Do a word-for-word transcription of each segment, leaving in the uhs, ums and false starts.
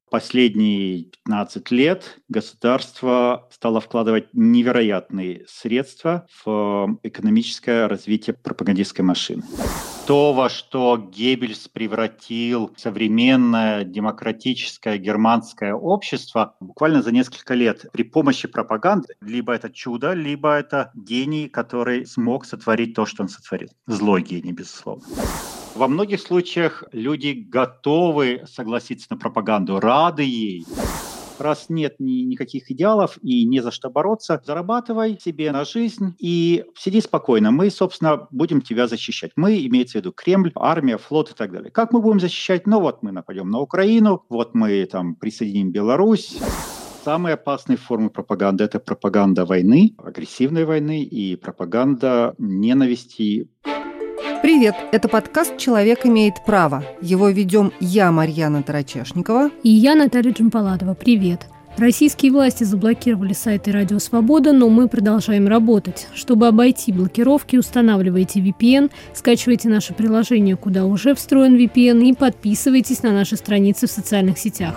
Последние пятнадцать лет государство стало вкладывать невероятные средства в экономическое развитие пропагандистской машины. То, во что Геббельс превратил современное демократическое германское общество буквально за несколько лет при помощи пропаганды, либо это чудо, либо это гений, который смог сотворить то, что он сотворил. Злой гений, безусловно. Во многих случаях люди готовы согласиться на пропаганду, рады ей. Раз нет ни, никаких идеалов и не за что бороться, зарабатывай себе на жизнь и сиди спокойно. Мы, собственно, будем тебя защищать. Мы, имеется в виду Кремль, армия, флот и так далее. Как мы будем защищать? Ну вот мы нападем на Украину, вот мы там присоединим Беларусь. Самые опасные формы пропаганды – это пропаганда войны, агрессивной войны и пропаганда ненависти. Привет! Это подкаст «Человек имеет право». Его ведем я, Марьяна Тарачешникова. И я, Наталья Джампаладова. Привет! Российские власти заблокировали сайты «Радио Свобода», но мы продолжаем работать. Чтобы обойти блокировки, устанавливайте ви пи эн, скачивайте наше приложение, куда уже встроен ви пи эн, и подписывайтесь на наши страницы в социальных сетях.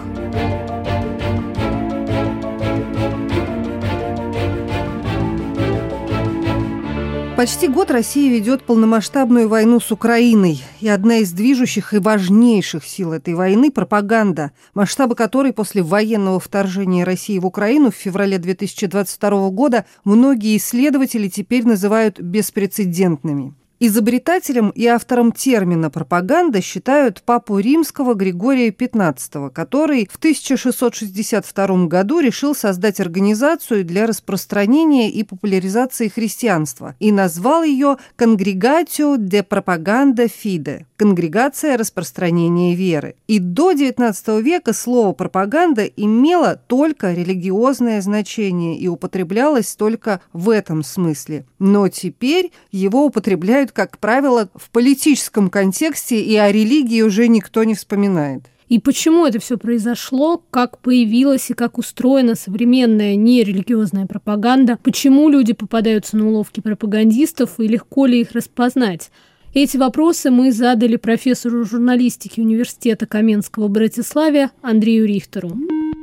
Почти год Россия ведет полномасштабную войну с Украиной. И одна из движущих и важнейших сил этой войны – пропаганда, масштабы которой после военного вторжения России в Украину в феврале две тысячи двадцать второго года многие исследователи теперь называют беспрецедентными. Изобретателем и автором термина «пропаганда» считают папу римского Григория пятнадцатого, который в тысяча шестьсот шестьдесят втором году решил создать организацию для распространения и популяризации христианства и назвал ее «Congregatio de Propaganda Fide» – «Конгрегация распространения веры». И до девятнадцатого века слово «пропаганда» имело только религиозное значение и употреблялось только в этом смысле. Но теперь его употребляют, как правило, в политическом контексте, и о религии уже никто не вспоминает. И почему это все произошло, как появилась и как устроена современная нерелигиозная пропаганда, почему люди попадаются на уловки пропагандистов и легко ли их распознать? Эти вопросы мы задали профессору журналистики университета Каменского в Братиславе Андрею Рихтеру.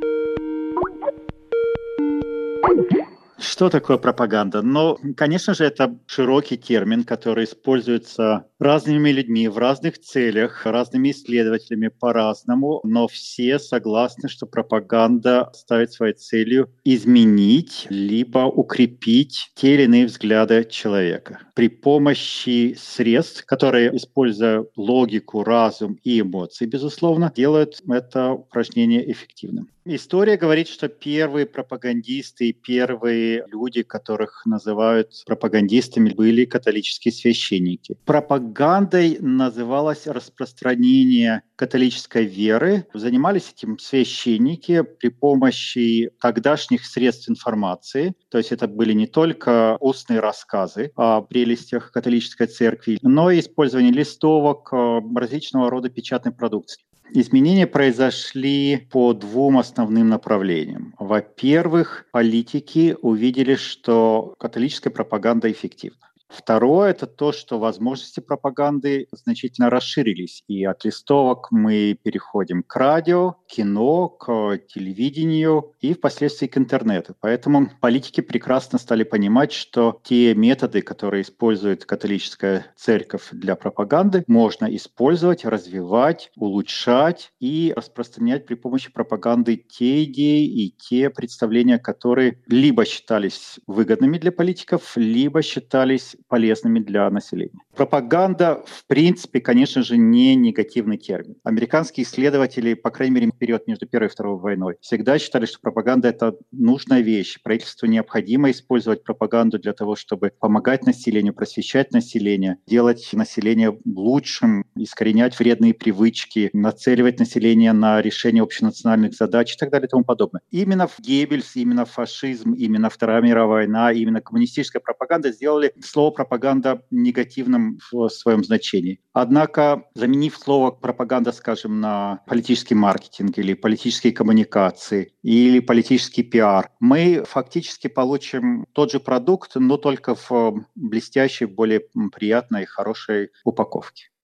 Что такое пропаганда? Ну, конечно же, это широкий термин, который используется разными людьми в разных целях, разными исследователями по-разному, но все согласны, что пропаганда ставит своей целью изменить либо укрепить те или иные взгляды человека. При помощи средств, которые, используя логику, разум и эмоции, безусловно, делают это упражнение эффективным. История говорит, что первые пропагандисты и первые люди, которых называют пропагандистами, были католические священники. Пропагандой называлось распространение католической веры. Занимались этим священники при помощи тогдашних средств информации. То есть это были не только устные рассказы о прелестях католической церкви, но и использование листовок, различного рода печатной продукции. Изменения произошли по двум основным направлениям. Во-первых, политики увидели, что католическая пропаганда эффективна. Второе – это то, что возможности пропаганды значительно расширились. И от листовок мы переходим к радио, кино, к телевидению и впоследствии к интернету. Поэтому политики прекрасно стали понимать, что те методы, которые использует католическая церковь для пропаганды, можно использовать, развивать, улучшать и распространять при помощи пропаганды те идеи и те представления, которые либо считались выгодными для политиков, либо считались полезными для населения. Пропаганда, в принципе, конечно же, не негативный термин. Американские исследователи, по крайней мере, в период между Первой и Второй войной, всегда считали, что пропаганда – это нужная вещь. Правительству необходимо использовать пропаганду для того, чтобы помогать населению, просвещать население, делать население лучшим, искоренять вредные привычки, нацеливать население на решение общенациональных задач и так далее и тому подобное. Именно Геббельс, именно фашизм, именно Вторая мировая война, именно коммунистическая пропаганда сделали слово пропаганда негативным в своем значении. Однако, заменив слово пропаганда, скажем, на политический маркетинг или политические коммуникации или политический пиар, мы фактически получим тот же продукт, но только в блестящей, более приятной, хорошей упаковке.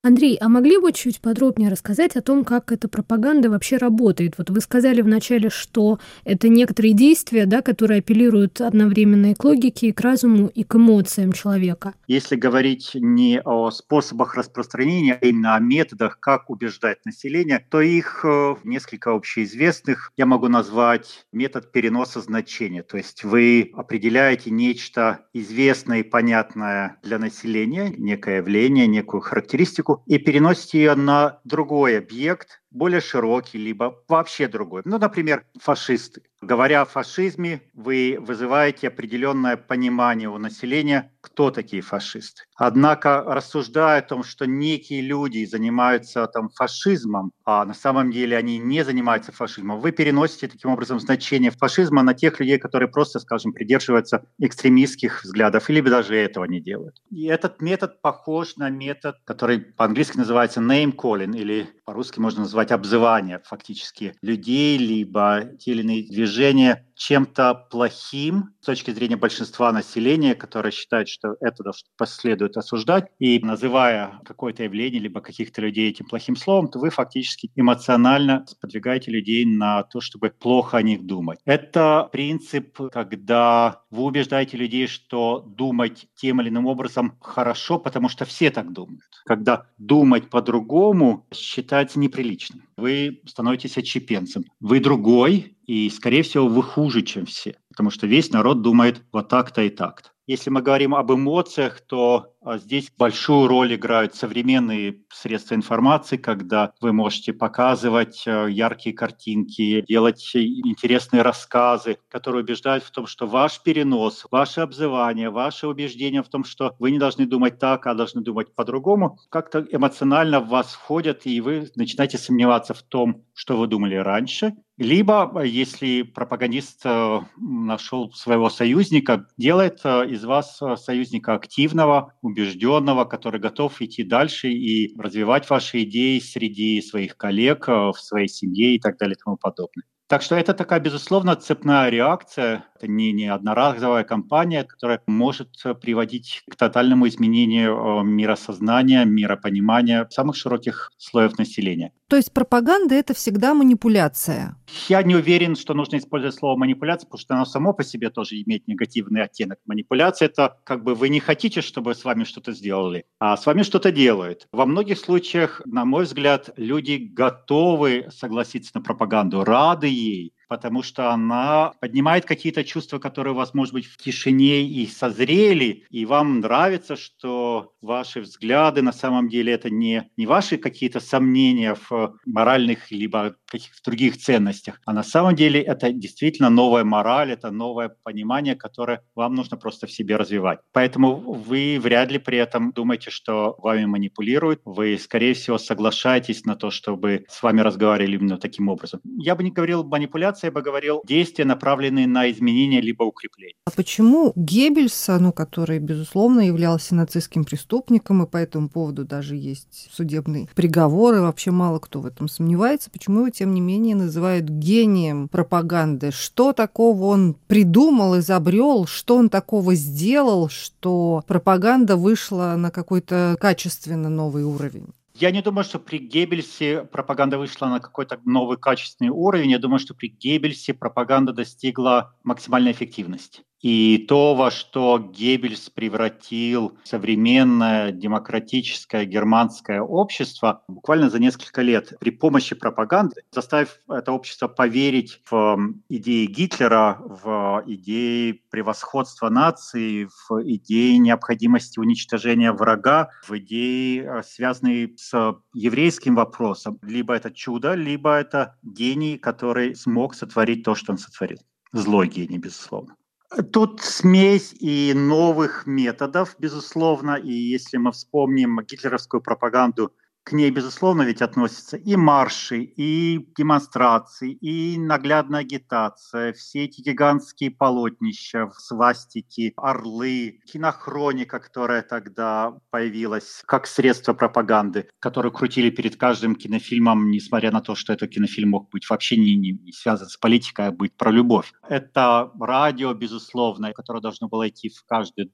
Андрей, а могли бы чуть подробнее рассказать о том, как эта пропаганда вообще работает? Вот вы сказали вначале, что это некоторые действия, да, которые апеллируют одновременно и к логике, и к разуму, и к эмоциям человека. Если говорить не о способах распространения, а именно о методах, как убеждать население, то их э, несколько общеизвестных. Я могу назвать метод переноса значения. То есть вы определяете нечто известное и понятное для населения, некое явление, некую характеристику, и переносите ее на другой объект, более широкий, либо вообще другой. Ну, например, фашисты. Говоря о фашизме, вы вызываете определенное понимание у населения, кто такие фашисты. Однако, рассуждая о том, что некие люди занимаются там, фашизмом, а на самом деле они не занимаются фашизмом, вы переносите таким образом значение фашизма на тех людей, которые просто, скажем, придерживаются экстремистских взглядов или даже этого не делают. И этот метод похож на метод, который по-английски называется name calling, или по-русски можно назвать обзывание фактически людей, либо те или иные движения чем-то плохим с точки зрения большинства населения, которое считает, что это следует осуждать, и называя какое-то явление либо каких-то людей этим плохим словом, то вы фактически эмоционально сподвигаете людей на то, чтобы плохо о них думать. Это принцип, когда вы убеждаете людей, что думать тем или иным образом хорошо, потому что все так думают. Когда думать по-другому считается неприличным. Вы становитесь отщепенцем. Вы другой, и, скорее всего, вы хуже, чем все, потому что весь народ думает вот так-то и так-то. Если мы говорим об эмоциях, то а, здесь большую роль играют современные средства информации, когда вы можете показывать а, яркие картинки, делать интересные рассказы, которые убеждают в том, что ваш перенос, ваше обзывание, ваше убеждение в том, что вы не должны думать так, а должны думать по-другому, как-то эмоционально в вас входят, и вы начинаете сомневаться в том, что вы думали раньше. Либо, если пропагандист э, нашел своего союзника, делает э, из вас союзника активного, убежденного, который готов идти дальше и развивать ваши идеи среди своих коллег, э, в своей семье и так далее и тому подобное. Так что это такая, безусловно, цепная реакция. Это не, не одноразовая кампания, которая может приводить к тотальному изменению миросознания, миропонимания самых широких слоев населения. То есть пропаганда – это всегда манипуляция? Я не уверен, что нужно использовать слово «манипуляция», потому что оно само по себе тоже имеет негативный оттенок. Манипуляция – это как бы вы не хотите, чтобы с вами что-то сделали, а с вами что-то делают. Во многих случаях, на мой взгляд, люди готовы согласиться на пропаганду, рады ей, потому что она поднимает какие-то чувства, которые у вас, может быть, в тишине и созрели, и вам нравится, что ваши взгляды на самом деле это не, не ваши какие-то сомнения в моральных либо каких-то других ценностях, а на самом деле это действительно новая мораль, это новое понимание, которое вам нужно просто в себе развивать. Поэтому вы вряд ли при этом думаете, что вами манипулируют, вы, скорее всего, соглашаетесь на то, чтобы с вами разговаривали именно таким образом. Я бы не говорил манипуляция, я бы говорил действия, направленные на изменение либо укрепление. А почему Геббельса, ну, который, безусловно, являлся нацистским преступником, и по этому поводу даже есть судебные приговоры, вообще мало кто в этом сомневается, почему его, тем не менее, называют гением пропаганды? Что такого он придумал, изобрел, что он такого сделал, что пропаганда вышла на какой-то качественно новый уровень? Я не думаю, что при Геббельсе пропаганда вышла на какой-то новый качественный уровень. Я думаю, что при Геббельсе пропаганда достигла максимальной эффективности. И то, во что Геббельс превратил современное демократическое германское общество буквально за несколько лет при помощи пропаганды, заставив это общество поверить в идеи Гитлера, в идеи превосходства нации, в идеи необходимости уничтожения врага, в идеи, связанные с еврейским вопросом. Либо это чудо, либо это гений, который смог сотворить то, что он сотворил. Злой гений, безусловно. Тут смесь и новых методов, безусловно, и если мы вспомним гитлеровскую пропаганду, к ней, безусловно, ведь относятся и марши, и демонстрации, и наглядная агитация, все эти гигантские полотнища, свастики, орлы, кинохроника, которая тогда появилась как средство пропаганды, которую крутили перед каждым кинофильмом, несмотря на то, что этот кинофильм мог быть вообще не, не, не связан с политикой, а быть про любовь. Это радио, безусловно, которое должно было идти в каждый дом,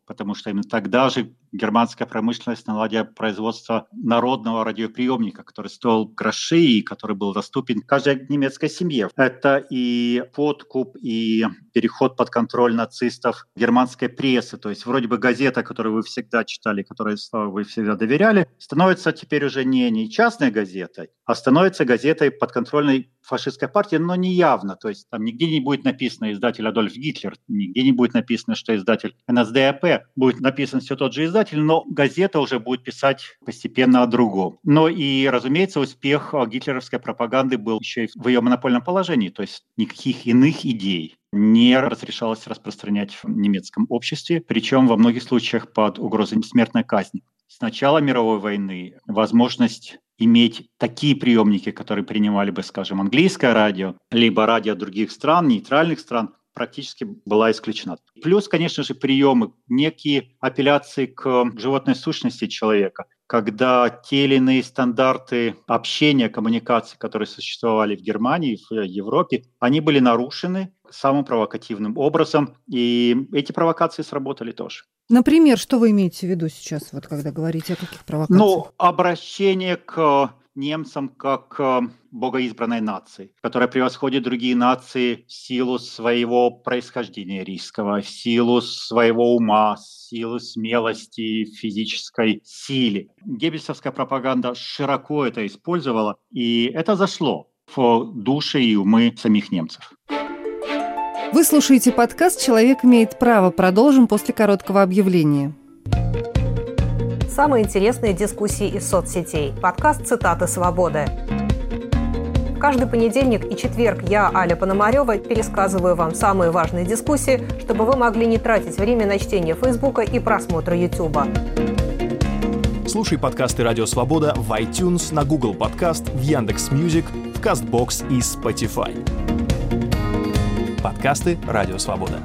потому что именно тогда же германская промышленность наладила производство народного радиоприемника, который стоил гроши и который был доступен каждой немецкой семье. Это и подкуп, и переход под контроль нацистов германской прессы. То есть вроде бы газета, которую вы всегда читали, которой вы всегда доверяли, становится теперь уже не, не частной газетой, а становится газетой подконтрольной фашистской партии, но не явно. То есть там нигде не будет написано издатель Адольф Гитлер, нигде не будет написано, что издатель эн эс ди эй пи. Будет написан все тот же издатель, но газета уже будет писать постепенно о другом. Но и, разумеется, успех гитлеровской пропаганды был еще и в ее монопольном положении. То есть никаких иных идей не разрешалось распространять в немецком обществе, причем во многих случаях под угрозой смертной казни. С начала мировой войны возможность иметь такие приемники, которые принимали бы, скажем, английское радио, либо радио других стран, нейтральных стран, практически была исключена. Плюс, конечно же, приемы, некие апелляции к животной сущности человека, когда те или иные стандарты общения, коммуникации, которые существовали в Германии, в Европе, они были нарушены самым провокативным образом, и эти провокации сработали тоже. Например, что вы имеете в виду сейчас, вот когда говорите о каких провокациях? Ну, обращение к немцам как к богоизбранной нации, которая превосходит другие нации в силу своего происхождения рийского, в силу своего ума, в силу смелости, физической силы. Геббельсовская пропаганда широко это использовала, и это зашло в души и умы самих немцев. Вы слушаете подкаст «Человек имеет право». Продолжим после короткого объявления. Самые интересные дискуссии из соцсетей. Подкаст «Цитаты свободы». Каждый понедельник и четверг я, Аля Пономарёва, пересказываю вам самые важные дискуссии, чтобы вы могли не тратить время на чтение Фейсбука и просмотра Ютуба. Слушай подкасты «Радио Свобода» в iTunes, на Google Подкаст, в Яндекс.Мьюзик, в Кастбокс и Spotify. Подкасты «Радио Свобода».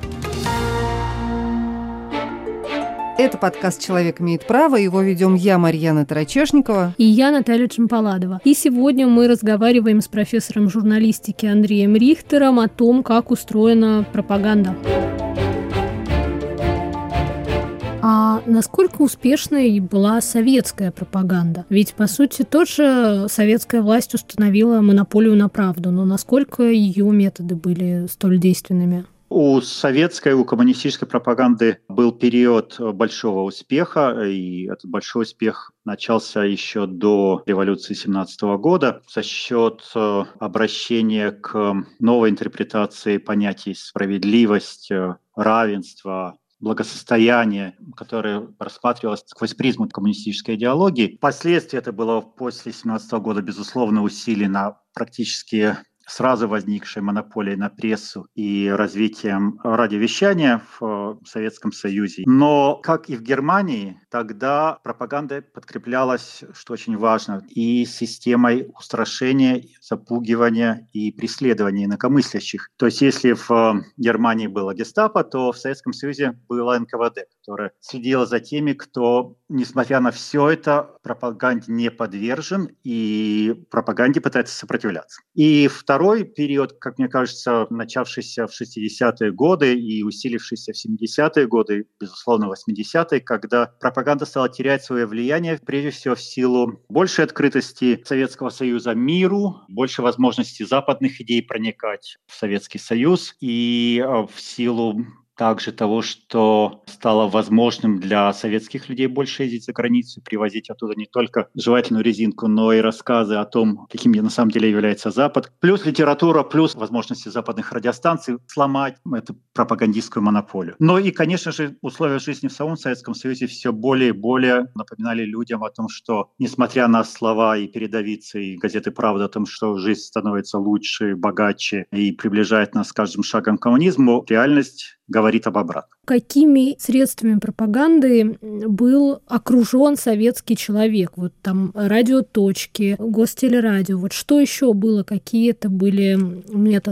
Это подкаст «Человек имеет право». Его ведем я, Марьяна Тарачешникова. И я, Наталья Джампаладова. И сегодня мы разговариваем с профессором журналистики Андреем Рихтером о том, как устроена пропаганда. А насколько успешной была советская пропаганда? Ведь, по сути, тоже советская власть установила монополию на правду, но насколько ее методы были столь действенными? У советской, у коммунистической пропаганды был период большого успеха, и этот большой успех начался еще до революции семнадцатого года за счет обращения к новой интерпретации понятий справедливость, равенство, благосостояние, которое рассматривалось сквозь призму коммунистической идеологии. Впоследствии это было после семнадцатого года, безусловно, усилено практически сразу возникшей монополией на прессу и развитием радиовещания в Советском Союзе. Но, как и в Германии, тогда пропаганда подкреплялась, что очень важно, и системой устрашения, запугивания и преследования инакомыслящих. То есть, если в Германии было гестапо, то в Советском Союзе было эн ка вэ дэ, которое следило за теми, кто, несмотря на все это, пропаганде не подвержен и пропаганде пытается сопротивляться. И второй период, как мне кажется, начавшийся в шестидесятые годы и усилившийся в семидесятые годы, безусловно, восьмидесятые, когда пропаганда стала терять свое влияние, прежде всего в силу большей открытости Советского Союза миру, больше возможностей западных идей проникать в Советский Союз и в силу также того, что стало возможным для советских людей больше ездить за границу, привозить оттуда не только жевательную резинку, но и рассказы о том, каким на самом деле является Запад. Плюс литература, плюс возможности западных радиостанций сломать эту пропагандистскую монополию. Но и, конечно же, условия жизни в самом Советском Союзе все более и более напоминали людям о том, что, несмотря на слова и передовицы, и газеты «Правда» о том, что жизнь становится лучше, богаче и приближает нас с каждым шагом к коммунизму, реальность говорит об обратном. Какими средствами пропаганды был окружен советский человек? Вот там радиоточки, гостелерадио. Вот что еще было? Какие это были методы?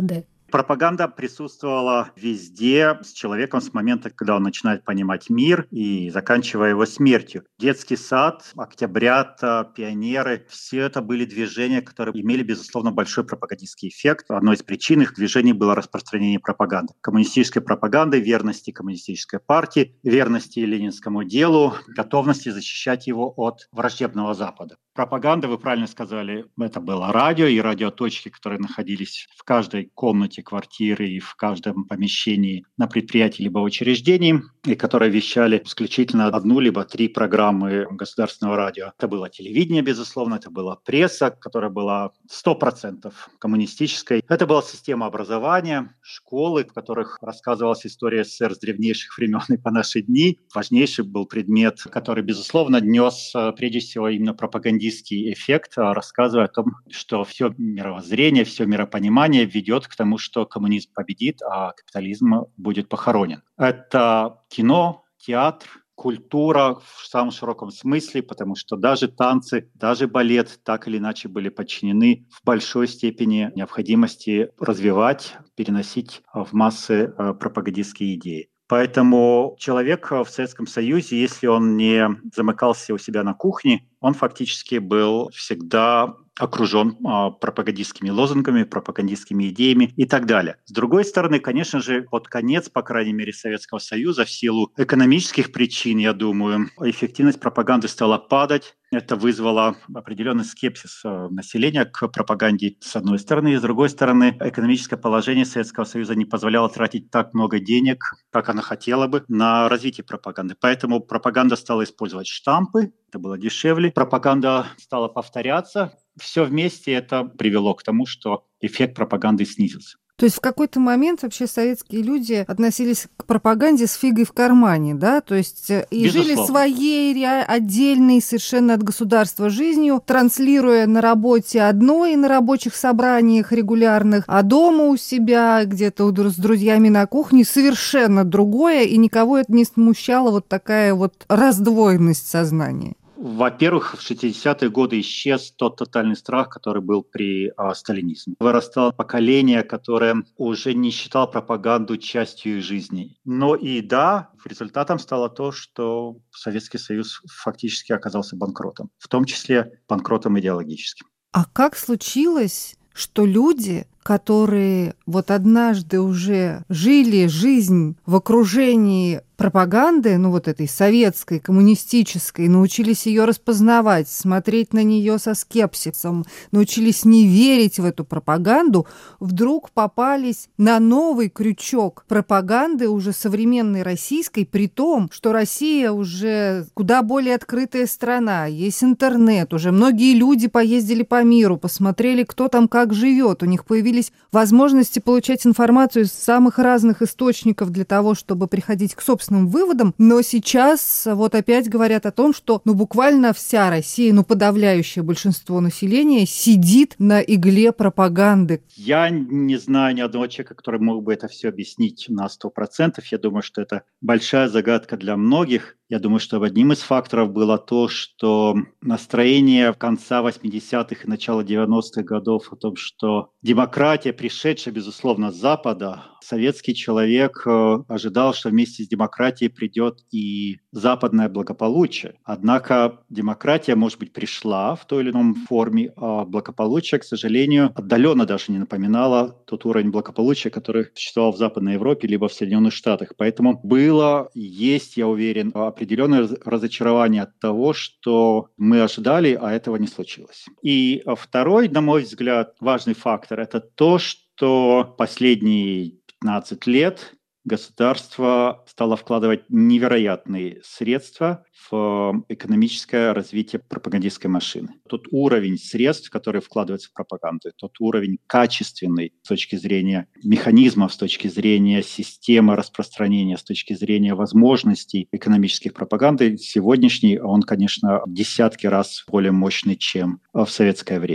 Пропаганда присутствовала везде с человеком с момента, когда он начинает понимать мир, и заканчивая его смертью. Детский сад, Октябрята, пионеры – все это были движения, которые имели, безусловно, большой пропагандистский эффект. Одной из причин их движений было распространение пропаганды. Коммунистической пропаганды, верности коммунистической партии, верности ленинскому делу, готовности защищать его от враждебного Запада. Пропаганда, вы правильно сказали, это было радио и радиоточки, которые находились в каждой комнате квартиры и в каждом помещении на предприятии либо учреждении, и которые вещали исключительно одну либо три программы государственного радио. Это было телевидение, безусловно, это была пресса, которая была сто процентов коммунистической. Это была система образования, школы, в которых рассказывалась история СССР с древнейших времен и по наши дни. Важнейший был предмет, который, безусловно, нес прежде всего именно пропагандистский эффект, рассказывая о том, что все мировоззрение, все миропонимание ведет к тому, что коммунизм победит, а капитализм будет похоронен. Это кино, театр, культура в самом широком смысле, потому что даже танцы, даже балет так или иначе были подчинены в большой степени необходимости развивать, переносить в массы пропагандистские идеи. Поэтому человек в Советском Союзе, если он не замыкался у себя на кухне, он фактически был всегда окружен а, пропагандистскими лозунгами, пропагандистскими идеями и так далее. С другой стороны, конечно же, под конец, по крайней мере, Советского Союза, в силу экономических причин, я думаю, эффективность пропаганды стала падать. Это вызвало определенный скепсис населения к пропаганде, с одной стороны. И с другой стороны, экономическое положение Советского Союза не позволяло тратить так много денег, как она хотела бы, на развитие пропаганды. Поэтому пропаганда стала использовать штампы, это было дешевле. Пропаганда стала повторяться. Все вместе это привело к тому, что эффект пропаганды снизился. То есть в какой-то момент вообще советские люди относились к пропаганде с фигой в кармане, да? То есть и Безусловно. Жили своей отдельной совершенно от государства жизнью, транслируя на работе одно и на рабочих собраниях регулярных, а дома у себя где-то с друзьями на кухне совершенно другое, и никого это не смущало, вот такая вот раздвоенность сознания. Во-первых, в шестидесятые годы исчез тот тотальный страх, который был при а, сталинизме. Вырастало поколение, которое уже не считало пропаганду частью жизни. Но и да, результатом стало то, что Советский Союз фактически оказался банкротом, в том числе банкротом идеологическим. А как случилось, что люди, которые вот однажды уже жили жизнь в окружении пропаганды, ну вот этой советской, коммунистической, научились ее распознавать, смотреть на нее со скепсисом, научились не верить в эту пропаганду, вдруг попались на новый крючок пропаганды уже современной российской, при том, что Россия уже куда более открытая страна, есть интернет, уже многие люди поездили по миру, посмотрели, кто там как живет, у них появились возможности получать информацию из самых разных источников для того, чтобы приходить к собственному выводам, но сейчас вот опять говорят о том, что ну буквально вся Россия, ну подавляющее большинство населения сидит на игле пропаганды. Я не знаю ни одного человека, который мог бы это все объяснить на сто процентов. Я думаю, что это большая загадка для многих. Я думаю, что одним из факторов было то, что настроение в конце восьмидесятых и начала девяностых годов о том, что демократия, пришедшая, безусловно, с Запада, советский человек ожидал, что вместе с демократией придет и западное благополучие. Однако демократия, может быть, пришла в той или иной форме, а благополучие, к сожалению, отдаленно даже не напоминало тот уровень благополучия, который существовал в Западной Европе либо в Соединенных Штатах. Поэтому было и есть, я уверен, определенное разочарование от того, что мы ожидали, а этого не случилось. И второй, на мой взгляд, важный фактор – это то, что последние пятнадцать лет государство стало вкладывать невероятные средства в экономическое развитие пропагандистской машины. Тот уровень средств, которые вкладываются в пропаганду, тот уровень качественный с точки зрения механизмов, с точки зрения системы распространения, с точки зрения возможностей экономических пропаганды, сегодняшний, он, конечно, в десятки раз более мощный, чем в советское время.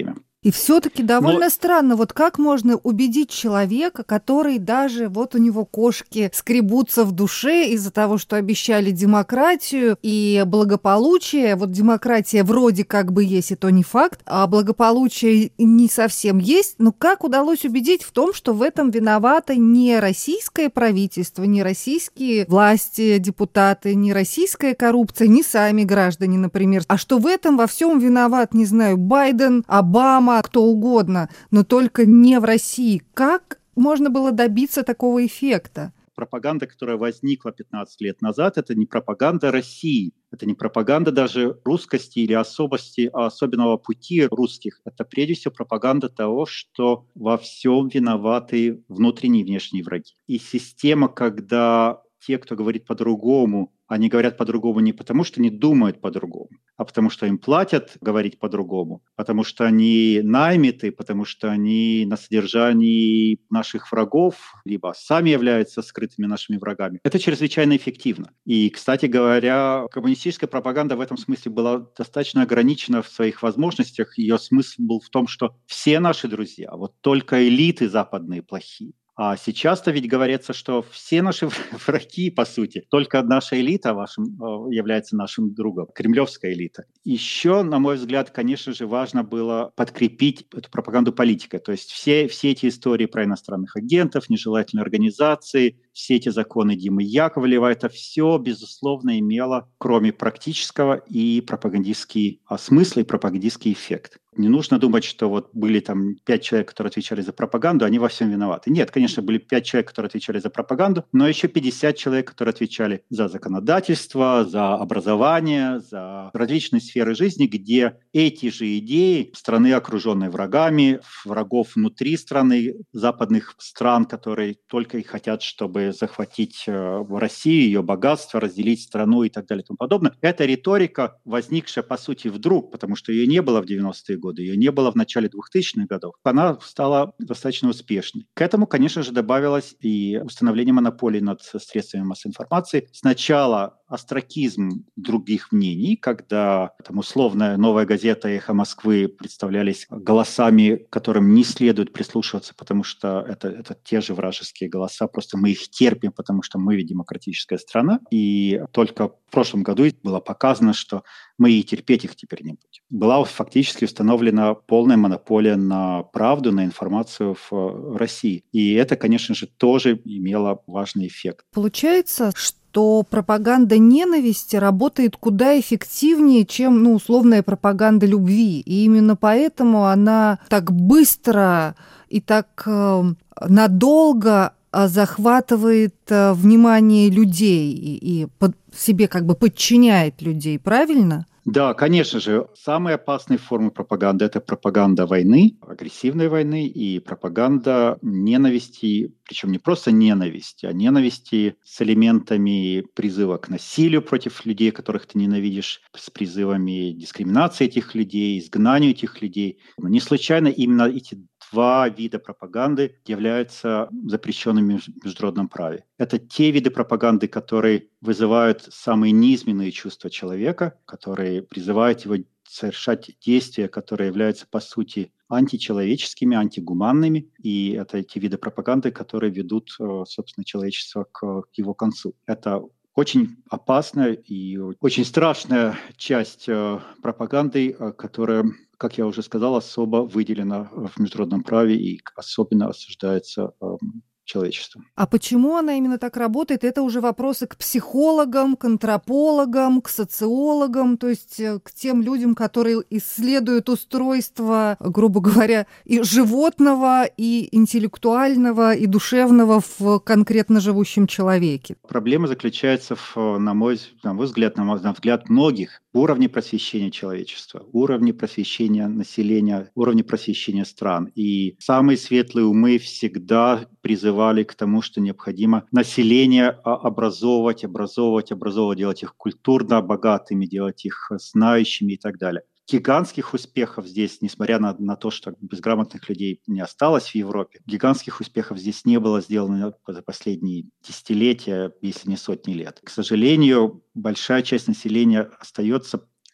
И все-таки довольно Но... странно, вот как можно убедить человека, который даже, вот у него кошки скребутся в душе из-за того, что обещали демократию и благополучие. Вот демократия вроде как бы есть, и то не факт, а благополучие не совсем есть. Но как удалось убедить в том, что в этом виновато не российское правительство, не российские власти, депутаты, не российская коррупция, не сами граждане, например, а что в этом во всем виноват, не знаю, Байден, Обама, кто угодно, но только не в России. Как можно было добиться такого эффекта? Пропаганда, которая возникла пятнадцать лет назад, это не пропаганда России, это не пропаганда даже русскости или особости, особенного пути русских. Это прежде всего пропаганда того, что во всем виноваты внутренние и внешние враги. И система, когда те, кто говорит по-другому, они говорят по-другому не потому, что они думают по-другому, а потому что им платят говорить по-другому, потому что они наймиты, потому что они на содержании наших врагов, либо сами являются скрытыми нашими врагами. Это чрезвычайно эффективно. И, кстати говоря, коммунистическая пропаганда в этом смысле была достаточно ограничена в своих возможностях. Ее смысл был в том, что все наши друзья, вот только элиты западные плохие. А сейчас-то ведь говорится, что все наши враги, по сути, только наша элита вашим, является нашим другом, кремлевская элита. Еще, на мой взгляд, конечно же, важно было подкрепить эту пропаганду политикой. То есть все, все эти истории про иностранных агентов, нежелательные организации, все эти законы Димы Яковлева, это все, безусловно, имело, кроме практического, и пропагандистский смысл, и пропагандистский эффект. Не нужно думать, что вот были там пять человек, которые отвечали за пропаганду, они во всем виноваты. Нет, конечно, были пять человек, которые отвечали за пропаганду, но еще пятьдесят человек, которые отвечали за законодательство, за образование, за различные сферы жизни, где эти же идеи страны, окруженной врагами, врагов внутри страны, западных стран, которые только и хотят, чтобы захватить Россию, ее богатство, разделить страну и так далее и тому подобное. Эта риторика, возникшая, по сути, вдруг, потому что ее не было в девяностые годы, ее не было в начале двухтысячных годов, она стала достаточно успешной. К этому, конечно же, добавилось и установление монополии над средствами массовой информации. Сначала остракизм других мнений, когда там условная «Новая газета» и «Эхо Москвы» представлялись голосами, которым не следует прислушиваться, потому что это, это те же вражеские голоса, просто мы их терпим, потому что мы ведь демократическая страна. И только в прошлом году было показано, что мы и терпеть их теперь не будем. Была фактически установлена полная монополия на правду, на информацию в России. И это, конечно же, тоже имело важный эффект. Получается, что пропаганда ненависти работает куда эффективнее, чем, ну, условная пропаганда любви. И именно поэтому она так быстро и так э, надолго захватывает э, внимание людей и, и под, себе как бы подчиняет людей, правильно? Да, конечно же, самые опасные формы пропаганды – это пропаганда войны, агрессивной войны и пропаганда ненависти, причем не просто ненависти, а ненависти с элементами призыва к насилию против людей, которых ты ненавидишь, с призывами дискриминации этих людей, изгнанию этих людей. Но не случайно именно эти два вида пропаганды являются запрещенными в международном праве. Это те виды пропаганды, которые вызывают самые низменные чувства человека, которые призывают его совершать действия, которые являются, по сути, античеловеческими, антигуманными. И это те виды пропаганды, которые ведут, собственно, человечество к его концу. Это очень опасная и очень страшная часть пропаганды, которая, как я уже сказал, особо выделена в международном праве и особенно осуждается человечеством. А почему она именно так работает? Это уже вопросы к психологам, к антропологам, к социологам, то есть к тем людям, которые исследуют устройство, грубо говоря, и животного, и интеллектуального, и душевного в конкретно живущем человеке. Проблема заключается, в, на, мой, на мой взгляд, на мой взгляд многих, в уровне просвещения человечества, уровне просвещения населения, уровне просвещения стран. И самые светлые умы всегда призывали к тому, что необходимо население образовывать, образовывать, образовывать, делать их культурно богатыми, делать их знающими и так далее. Гигантских успехов здесь, несмотря на, на то, что безграмотных людей не осталось в Европе, гигантских успехов здесь не было сделано за последние десятилетия, если не сотни лет. К сожалению, большая часть населения остается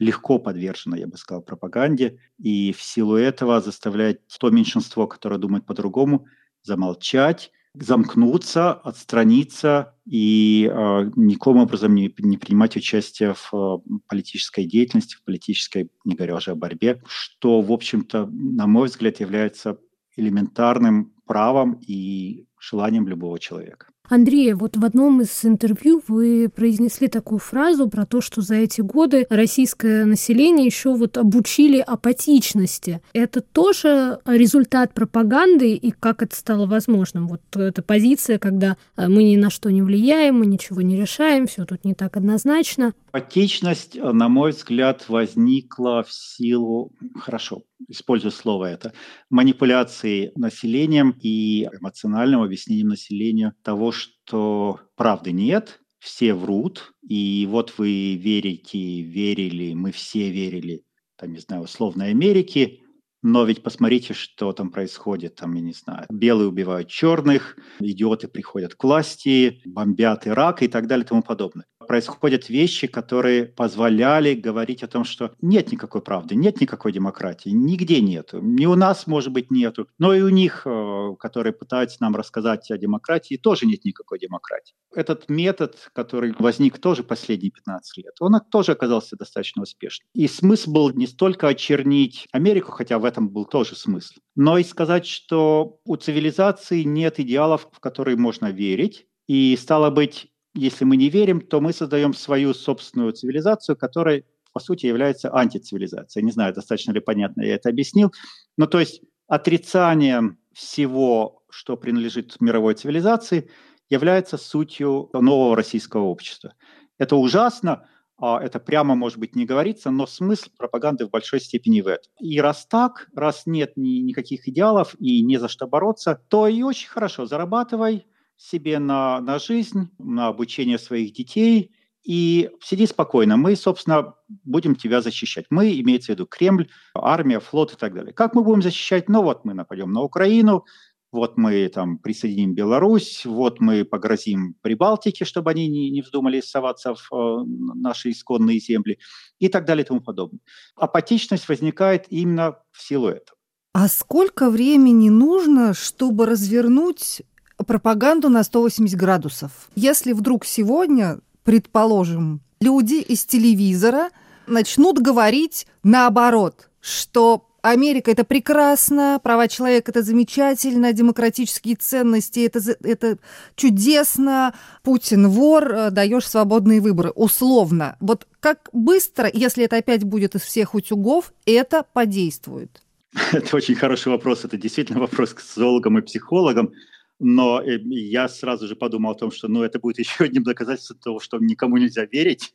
легко подвержена, я бы сказал, пропаганде, и в силу этого заставляет то меньшинство, которое думает по-другому, замолчать, замкнуться, отстраниться и э, никаким образом не, не принимать участие в э, политической деятельности, в политической, не говоря уже о борьбе, что, в общем-то, на мой взгляд, является элементарным правом и желанием любого человека. Андрей, вот в одном из интервью вы произнесли такую фразу про то, что за эти годы российское население еще вот обучили апатичности. Это тоже результат пропаганды, и как это стало возможным? Вот эта позиция, когда мы ни на что не влияем, мы ничего не решаем, все тут не так однозначно. Апатичность, на мой взгляд, возникла в силу, хорошо, использую слово это, манипуляции населением и эмоциональным объяснением населению того, что правды нет, все врут, и вот вы верите, верили, мы все верили, там, не знаю, условной Америке, но ведь посмотрите, что там происходит, там, я не знаю, белые убивают черных, идиоты приходят к власти, бомбят Ирак и так далее и тому подобное. Происходят вещи, которые позволяли говорить о том, что нет никакой правды, нет никакой демократии, нигде нету. Ни у нас, может быть, нету, но и у них, которые пытаются нам рассказать о демократии, тоже нет никакой демократии. Этот метод, который возник тоже последние пятнадцать лет, он тоже оказался достаточно успешным. И смысл был не столько очернить Америку, хотя в этом был тоже смысл, но и сказать, что у цивилизации нет идеалов, в которые можно верить, и стало быть, если мы не верим, то мы создаем свою собственную цивилизацию, которая, по сути, является антицивилизацией. Не знаю, достаточно ли понятно я это объяснил. Но то есть отрицанием всего, что принадлежит мировой цивилизации, является сутью нового российского общества. Это ужасно, это прямо, может быть, не говорится, но смысл пропаганды в большой степени в этом. И раз так, раз нет ни, никаких идеалов и не за что бороться, то и очень хорошо зарабатывай себе на, на жизнь, на обучение своих детей и сиди спокойно. Мы, собственно, будем тебя защищать. Мы, имеется в виду Кремль, армия, флот и так далее. Как мы будем защищать? Ну вот мы нападем на Украину, вот мы там присоединим Беларусь, вот мы погрозим Прибалтике, чтобы они не, не вздумали соваться в э, наши исконные земли и так далее и тому подобное. Апатичность возникает именно в силу этого. А сколько времени нужно, чтобы развернуть пропаганду на сто восемьдесят градусов? Если вдруг сегодня, предположим, люди из телевизора начнут говорить наоборот, что Америка – это прекрасно, права человека – это замечательно, демократические ценности – это, это чудесно, Путин вор, даешь свободные выборы, условно. Вот как быстро, если это опять будет из всех утюгов, это подействует? Это очень хороший вопрос. Это действительно вопрос к социологам и психологам. Но я сразу же подумал о том, что ну, это будет еще одним доказательством того, что никому нельзя верить.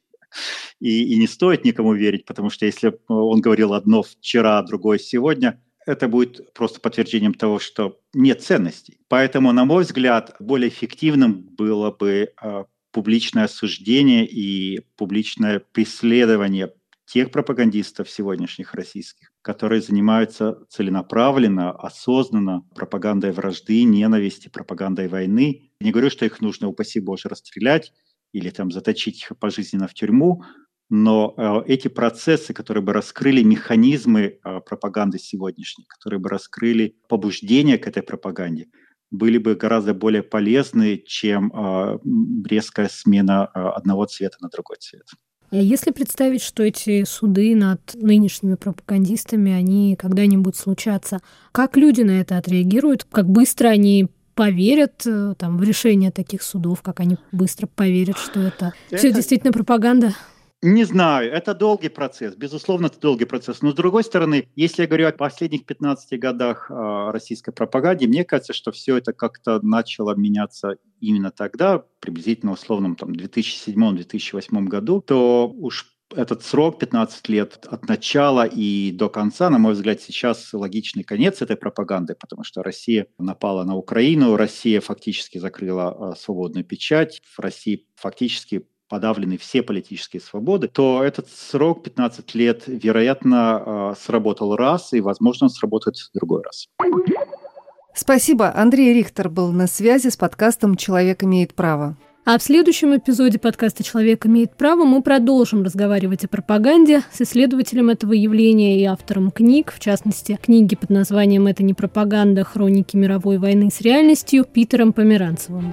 И, и не стоит никому верить, потому что если он говорил одно вчера, другое сегодня, это будет просто подтверждением того, что нет ценностей. Поэтому, на мой взгляд, более эффективным было бы э, публичное осуждение и публичное преследование тех пропагандистов сегодняшних российских, которые занимаются целенаправленно, осознанно пропагандой вражды, ненависти, пропагандой войны. Не говорю, что их нужно, упаси Боже, расстрелять или там заточить их пожизненно в тюрьму, но э, эти процессы, которые бы раскрыли механизмы э, пропаганды сегодняшней, которые бы раскрыли побуждение к этой пропаганде, были бы гораздо более полезны, чем э, резкая смена э, одного цвета на другой цвет. Если представить, что эти суды над нынешними пропагандистами, они когда-нибудь случатся, как люди на это отреагируют, как быстро они поверят там, в решение таких судов, как они быстро поверят, что это, это... все действительно пропаганда? Не знаю, это долгий процесс, безусловно, это долгий процесс. Но, с другой стороны, если я говорю о последних пятнадцати годах э, российской пропаганды, мне кажется, что все это как-то начало меняться именно тогда, приблизительно условном там, две тысячи седьмом - две тысячи восьмом году, то уж этот срок пятнадцать лет от начала и до конца, на мой взгляд, сейчас логичный конец этой пропаганды, потому что Россия напала на Украину, Россия фактически закрыла э, свободную печать, в России фактически подавлены все политические свободы, то этот срок пятнадцать лет, вероятно, сработал раз, и, возможно, он сработает в другой раз. Спасибо. Андрей Рихтер был на связи с подкастом «Человек имеет право». А в следующем эпизоде подкаста «Человек имеет право» мы продолжим разговаривать о пропаганде с исследователем этого явления и автором книг, в частности, книги под названием «Это не пропаганда. Хроники мировой войны с реальностью» Питером Померанцевым.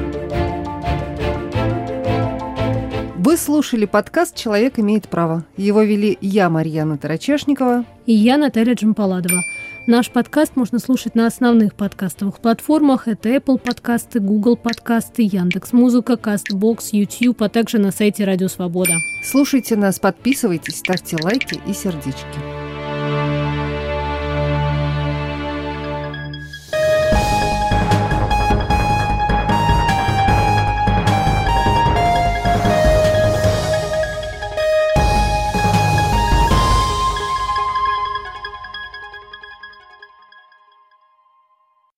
Вы слушали подкаст «Человек имеет право». Его вели я, Марьяна Тарачешникова. И я, Наталья Джампаладова. Наш подкаст можно слушать на основных подкастовых платформах. Это Apple подкасты, Google подкасты, Яндекс.Музыка, Castbox, YouTube, а также на сайте Радио Свобода. Слушайте нас, подписывайтесь, ставьте лайки и сердечки.